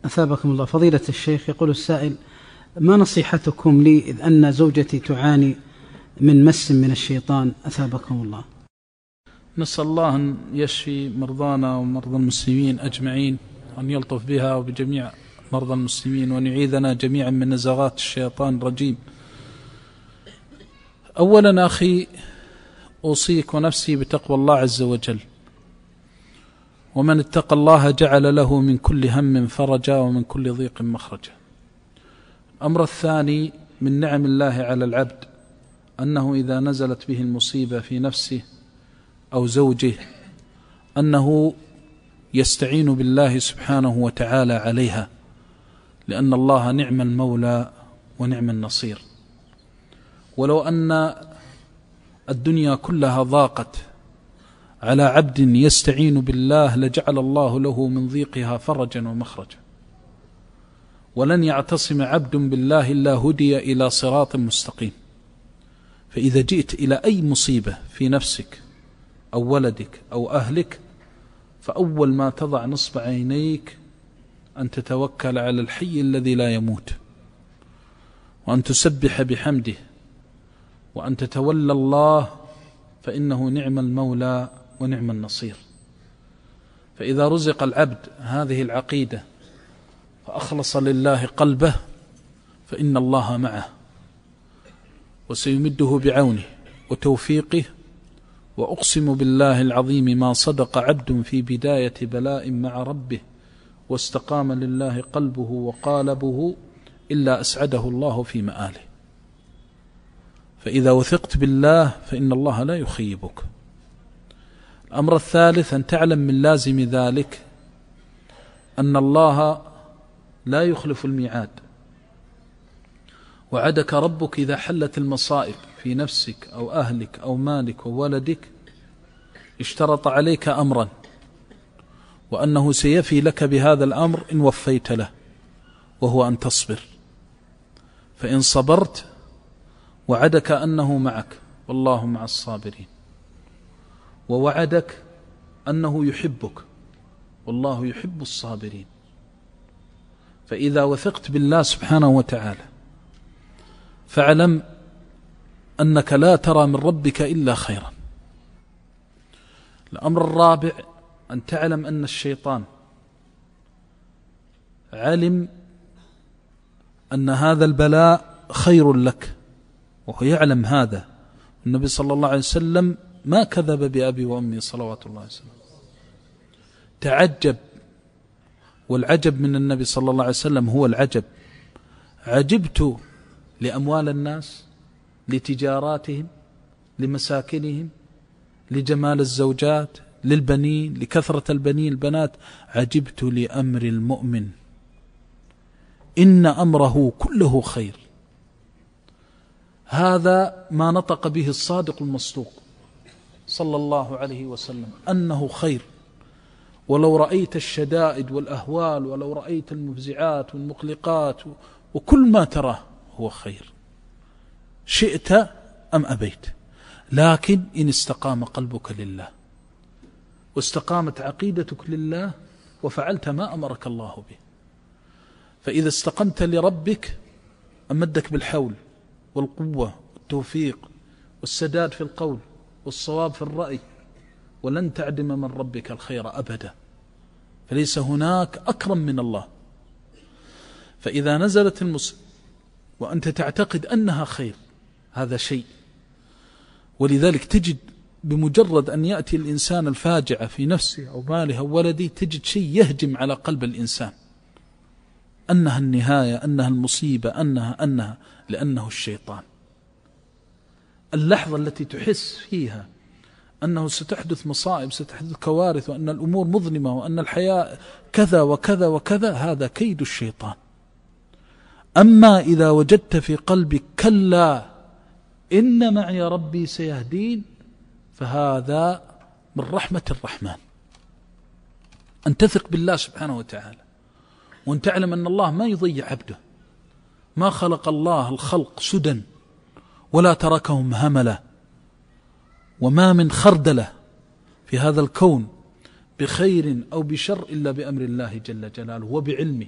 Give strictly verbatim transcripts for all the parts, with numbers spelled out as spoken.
أثابكم الله. فضيلة الشيخ، يقول السائل: ما نصيحتكم لي إذ أن زوجتي تعاني من مس من الشيطان؟ أثابكم الله. نسأل الله أن يشفي مرضانا ومرضى المسلمين أجمعين، أن يلطف بها وبجميع مرضى المسلمين، وأن يعيذنا جميعا من نزغات الشيطان الرجيم. أولا أخي، أوصيك ونفسي بتقوى الله عز وجل، ومن اتقى الله جعل له من كل هم فرجا ومن كل ضيق مخرجا. الأمر الثاني من نعم الله على العبد أنه إذا نزلت به المصيبة في نفسه أو زوجه أنه يستعين بالله سبحانه وتعالى عليها، لأن الله نعم المولى ونعم النصير. ولو أن الدنيا كلها ضاقت على عبد يستعين بالله لجعل الله له من ضيقها فرجا ومخرجا، ولن يعتصم عبد بالله إلا هدي إلى صراط مستقيم. فإذا جئت إلى أي مصيبة في نفسك أو ولدك أو أهلك، فأول ما تضع نصب عينيك أن تتوكل على الحي الذي لا يموت، وأن تسبح بحمده، وأن تتولى الله، فإنه نعم المولى ونعم النصير. فإذا رزق العبد هذه العقيدة فأخلص لله قلبه فإن الله معه، وسيمده بعونه وتوفيقه. وأقسم بالله العظيم ما صدق عبد في بداية بلاء مع ربه واستقام لله قلبه وقالبه إلا أسعده الله في مآله. فإذا وثقت بالله فإن الله لا يخيبك. الأمر الثالث أن تعلم من لازم ذلك أن الله لا يخلف الميعاد، وعدك ربك إذا حلت المصائب في نفسك أو أهلك أو مالك أو ولدك، اشترط عليك أمرا، وأنه سيفي لك بهذا الأمر إن وفيت له، وهو أن تصبر. فإن صبرت وعدك أنه معك، والله مع الصابرين، ووعدك أنه يحبك، والله يحب الصابرين. فإذا وثقت بالله سبحانه وتعالى فاعلم أنك لا ترى من ربك إلا خيرا. الأمر الرابع أن تعلم أن الشيطان علم أن هذا البلاء خير لك، وهو يعلم هذا. النبي صلى الله عليه وسلم ما كذب بأبي وأمي صلوات الله عليه وسلم. تعجب، والعجب من النبي صلى الله عليه وسلم هو العجب. عجبت لأموال الناس، لتجاراتهم، لمساكنهم، لجمال الزوجات، للبنين، لكثرة البنين البنات. عجبت لأمر المؤمن، إن أمره كله خير. هذا ما نطق به الصادق المصدوق صلى الله عليه وسلم، أنه خير. ولو رأيت الشدائد والأهوال، ولو رأيت المفزعات والمقلقات وكل ما تراه هو خير، شئت أم أبيت. لكن إن استقام قلبك لله واستقامت عقيدتك لله وفعلت ما أمرك الله به، فإذا استقمت لربك أمدك بالحول والقوة والتوفيق والسداد في القول والصواب في الرأي، ولن تعدم من ربك الخير أبدا، فليس هناك أكرم من الله. فإذا نزلت المصيبة وأنت تعتقد أنها خير، هذا شيء. ولذلك تجد بمجرد أن يأتي الإنسان الفاجعة في نفسه أو ماله أو ولده، تجد شيء يهجم على قلب الإنسان، أنها النهاية، أنها المصيبة، أنها أنها لأنه الشيطان. اللحظة التي تحس فيها أنه ستحدث مصائب، ستحدث كوارث، وأن الأمور مظلمة، وأن الحياة كذا وكذا وكذا، هذا كيد الشيطان. أما إذا وجدت في قلبك كلا إن معي ربي سيهدين، فهذا من رحمة الرحمن. أن تثق بالله سبحانه وتعالى، وأن تعلم أن الله ما يضيع عبده. ما خلق الله الخلق سدى ولا تركهم هملا، وما من خردلة في هذا الكون بخير أو بشر إلا بأمر الله جل جلاله وبعلمه.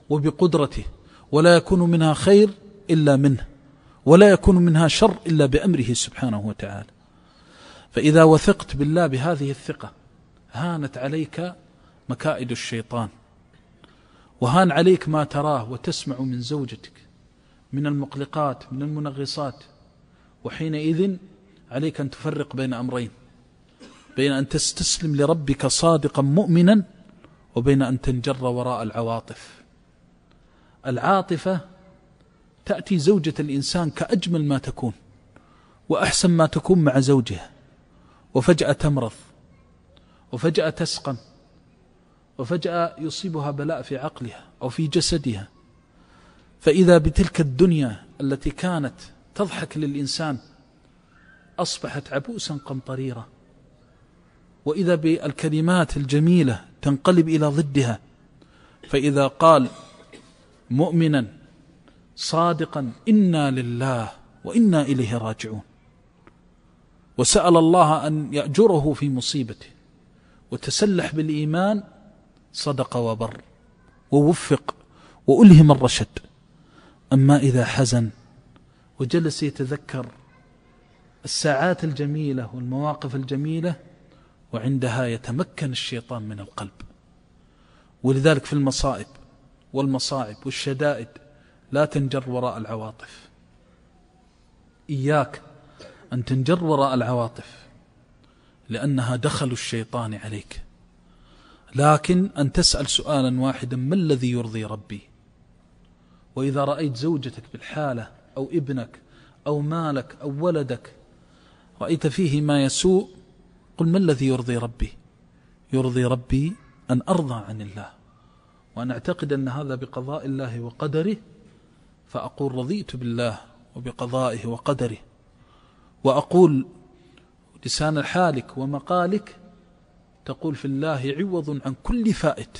وبقدرته، ولا يكون منها خير إلا منه، ولا يكون منها شر إلا بأمره سبحانه وتعالى. فإذا وثقت بالله بهذه الثقة هانت عليك مكائد الشيطان، وهان عليك ما تراه وتسمع من زوجتك من المقلقات من المنغصات. وحينئذ عليك أن تفرق بين أمرين، بين أن تستسلم لربك صادقا مؤمنا، وبين أن تنجر وراء العواطف. العاطفة تأتي زوجة الإنسان كأجمل ما تكون وأحسن ما تكون مع زوجها، وفجأة تمرض، وفجأة تسقم، وفجأة يصيبها بلاء في عقلها أو في جسدها، فإذا بتلك الدنيا التي كانت تضحك للإنسان أصبحت عبوسا قمطريرا، وإذا بالكلمات الجميلة تنقلب إلى ضدها. فإذا قال مؤمنا صادقا إنا لله وإنا إليه راجعون، وسأل الله أن يأجره في مصيبته، وتسلح بالإيمان، صدق وبر ووفق وألهم الرشد. أما إذا حزن وجلس يتذكر الساعات الجميلة والمواقف الجميلة، وعندها يتمكن الشيطان من القلب. ولذلك في المصائب والمصاعب والشدائد لا تنجر وراء العواطف. إياك أن تنجر وراء العواطف، لأنها دخل الشيطان عليك، لكن أن تسأل سؤالا واحدا: ما الذي يرضي ربي؟ وإذا رأيت زوجتك بالحالة أو ابنك أو مالك أو ولدك رأيت فيه ما يسوء، قل: ما الذي يرضي ربي؟ يرضي ربي أن أرضى عن الله، وأن أعتقد أن هذا بقضاء الله وقدره، فأقول رضيت بالله وبقضائه وقدره. وأقول لسان حالك ومقالك تقول في الله عوض عن كل فائت.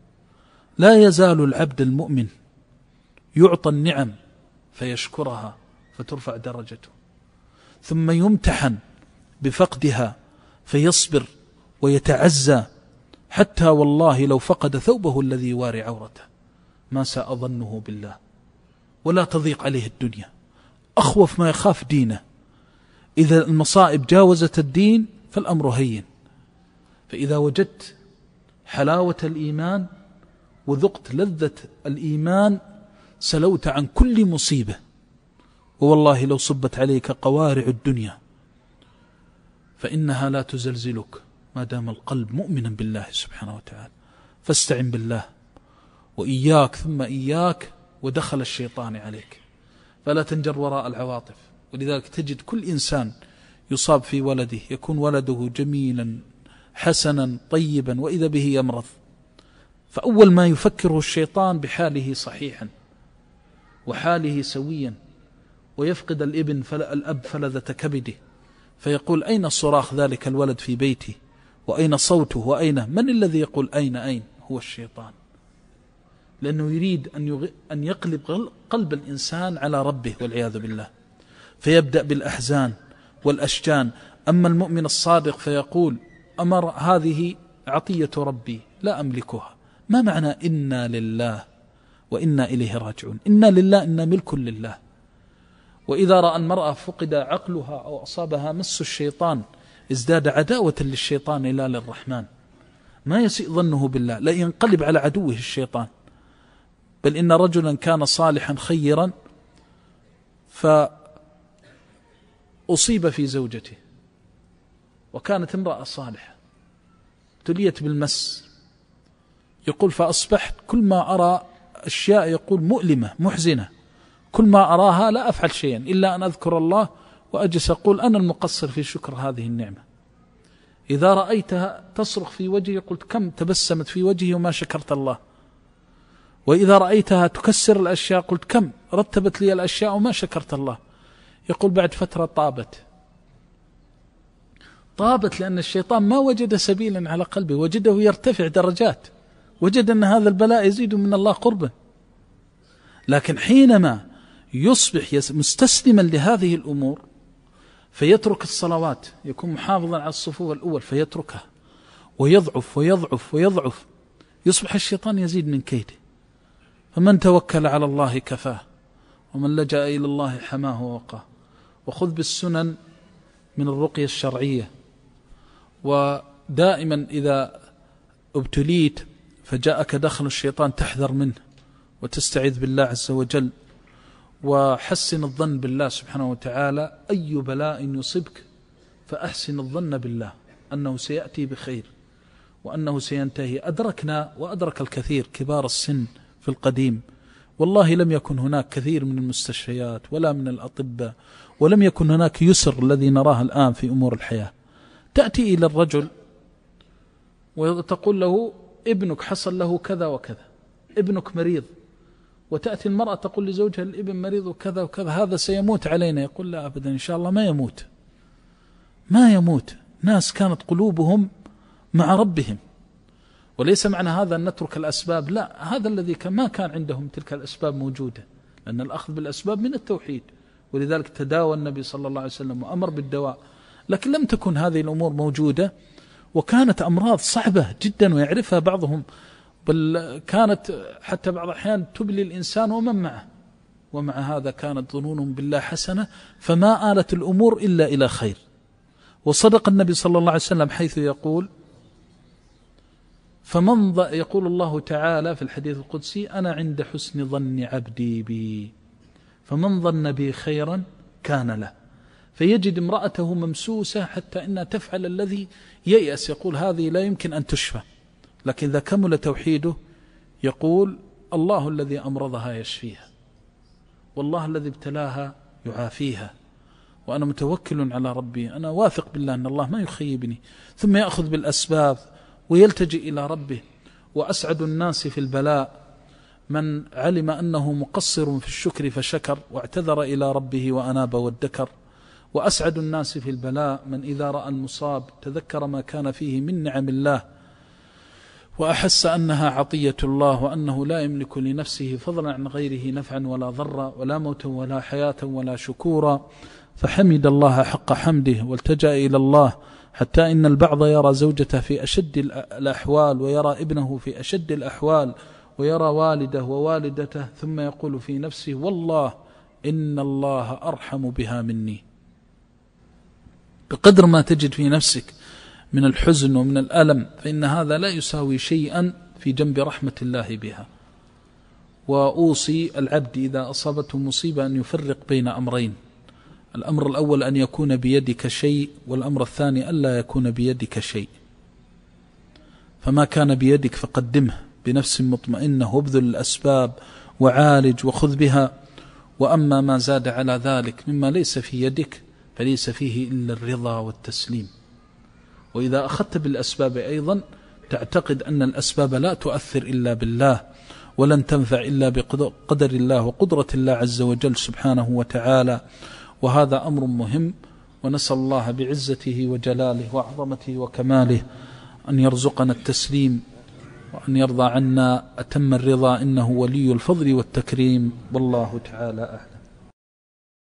لا يزال العبد المؤمن يعطى النعم فيشكرها فترفع درجته، ثم يمتحن بفقدها فيصبر ويتعزى، حتى والله لو فقد ثوبه الذي يواري عورته ما ساء ظنه بالله، ولا تضيق عليه الدنيا. أخوف ما يخاف دينه. إذا المصائب جاوزت الدين فالأمر هين. فإذا وجدت حلاوة الإيمان وذقت لذة الإيمان سلوت عن كل مصيبة. ووالله لو صبت عليك قوارع الدنيا فإنها لا تزلزلك ما دام القلب مؤمنا بالله سبحانه وتعالى. فاستعن بالله، وإياك ثم إياك ودخل الشيطان عليك، فلا تنجر وراء العواطف. ولذلك تجد كل إنسان يصاب في ولده يكون ولده جميلا حسنا طيبا، وإذا به يمرض، فأول ما يفكره الشيطان بحاله صحيحا وحاله سويا، ويفقد الابن الأب فلذة كبده، فيقول: أين صراخ ذلك الولد في بيتي؟ وأين صوته؟ وأين من الذي يقول أين أين؟ هو الشيطان، لأنه يريد أن يقلب قلب الإنسان على ربه والعياذ بالله، فيبدأ بالأحزان والأشجان. أما المؤمن الصادق فيقول: أمر هذه عطية ربي لا أملكها. ما معنى إنا لله وإنا إليه راجعون؟ إنا لله، إنا ملك لله. وإذا رأى المرأة فقد عقلها أو أصابها مس الشيطان ازداد عداوة للشيطان لا للرحمن، ما يسيء ظنه بالله، لا ينقلب على عدوه الشيطان. بل إن رجلا كان صالحا خيرا فأصيب في زوجته، وكانت امرأة صالحة ابتليت بالمس، يقول: فأصبحت كل ما أرى أشياء يقول مؤلمة محزنة، كل ما أراها لا أفعل شيئا إلا أن أذكر الله وأجلس أقول أنا المقصر في شكر هذه النعمة. إذا رأيتها تصرخ في وجهي قلت: كم تبسمت في وجهي وما شكرت الله. وإذا رأيتها تكسر الأشياء قلت: كم رتبت لي الأشياء وما شكرت الله. يقول بعد فترة طابت طابت لأن الشيطان ما وجد سبيلا على قلبه، وجده يرتفع درجات، وجد أن هذا البلاء يزيد من الله قربا. لكن حينما يصبح مستسلما لهذه الأمور فيترك الصلوات، يكون محافظا على الصفوف الأول فيتركها، ويضعف ويضعف ويضعف، يصبح الشيطان يزيد من كيده، فمن توكل على الله كفاه، ومن لجأ إلى الله حماه ووقاه. وخذ بالسنن من الرقية الشرعية. ودائما إذا ابتليت فجاءك دخل الشيطان تحذر منه وتستعيذ بالله عز وجل، وحسن الظن بالله سبحانه وتعالى. أي بلاء يصبك فأحسن الظن بالله أنه سيأتي بخير وأنه سينتهي. أدركنا وأدرك الكثير كبار السن في القديم، والله لم يكن هناك كثير من المستشفيات ولا من الأطباء، ولم يكن هناك يسر الذي نراه الآن في أمور الحياة. تأتي إلى الرجل وتقول له ابنك حصل له كذا وكذا، ابنك مريض، وتأتي المرأة تقول لزوجها الابن مريض وكذا وكذا، هذا سيموت علينا. يقول لا أبدا، إن شاء الله ما يموت، ما يموت. ناس كانت قلوبهم مع ربهم. وليس معنى هذا أن نترك الأسباب، لا، هذا الذي ما كان عندهم تلك الأسباب موجودة، لأن الأخذ بالأسباب من التوحيد، ولذلك تداوى النبي صلى الله عليه وسلم وأمر بالدواء. لكن لم تكن هذه الأمور موجودة، وكانت أمراض صعبة جدا ويعرفها بعضهم، بل كانت حتى بعض الأحيان تبلي الإنسان ومن معه، ومع هذا كانت ظنونهم بالله حسنة، فما آلت الأمور إلا إلى خير. وصدق النبي صلى الله عليه وسلم حيث يقول فمن ظ... يقول الله تعالى في الحديث القدسي: أنا عند حسن ظن عبدي بي، فمن ظن بي خيرا كان له. فيجد امرأته ممسوسة حتى إنها تفعل الذي ييأس، يقول هذه لا يمكن أن تشفى. لكن إذا كمل توحيده يقول الله الذي أمرضها يشفيها، والله الذي ابتلاها يعافيها، وأنا متوكل على ربي، أنا واثق بالله أن الله ما يخيبني. ثم يأخذ بالأسباب ويلتجئ إلى ربه. وأسعد الناس في البلاء من علم أنه مقصر في الشكر فشكر واعتذر إلى ربه وأناب وادكر. وأسعد الناس في البلاء من إذا رأى المصاب تذكر ما كان فيه من نعم الله، وأحس أنها عطية الله، وأنه لا يملك لنفسه فضلا عن غيره نفعا ولا ضرا ولا موتا ولا حياة ولا شكورا، فحمد الله حق حمده والتجأ إلى الله. حتى إن البعض يرى زوجته في أشد الأحوال، ويرى ابنه في أشد الأحوال، ويرى والده ووالدته، ثم يقول في نفسه: والله إن الله أرحم بها مني. بقدر ما تجد في نفسك من الحزن ومن الألم، فإن هذا لا يساوي شيئا في جنب رحمة الله بها. وأوصي العبد إذا أصابته مصيبة أن يفرق بين أمرين: الأمر الأول أن يكون بيدك شيء، والأمر الثاني ألا يكون بيدك شيء. فما كان بيدك فقدمه بنفس مطمئنة، وابذل الأسباب وعالج وخذ بها. وأما ما زاد على ذلك مما ليس في يدك فليس فيه إلا الرضا والتسليم. وإذا أخذت بالأسباب أيضا تعتقد أن الأسباب لا تؤثر إلا بالله، ولن تنفع إلا بقدر الله وقدرة الله عز وجل سبحانه وتعالى. وهذا أمر مهم، ونسأل الله بعزته وجلاله وعظمته وكماله أن يرزقنا التسليم، وأن يرضى عنا أتم الرضا، إنه ولي الفضل والتكريم، والله تعالى أعلم.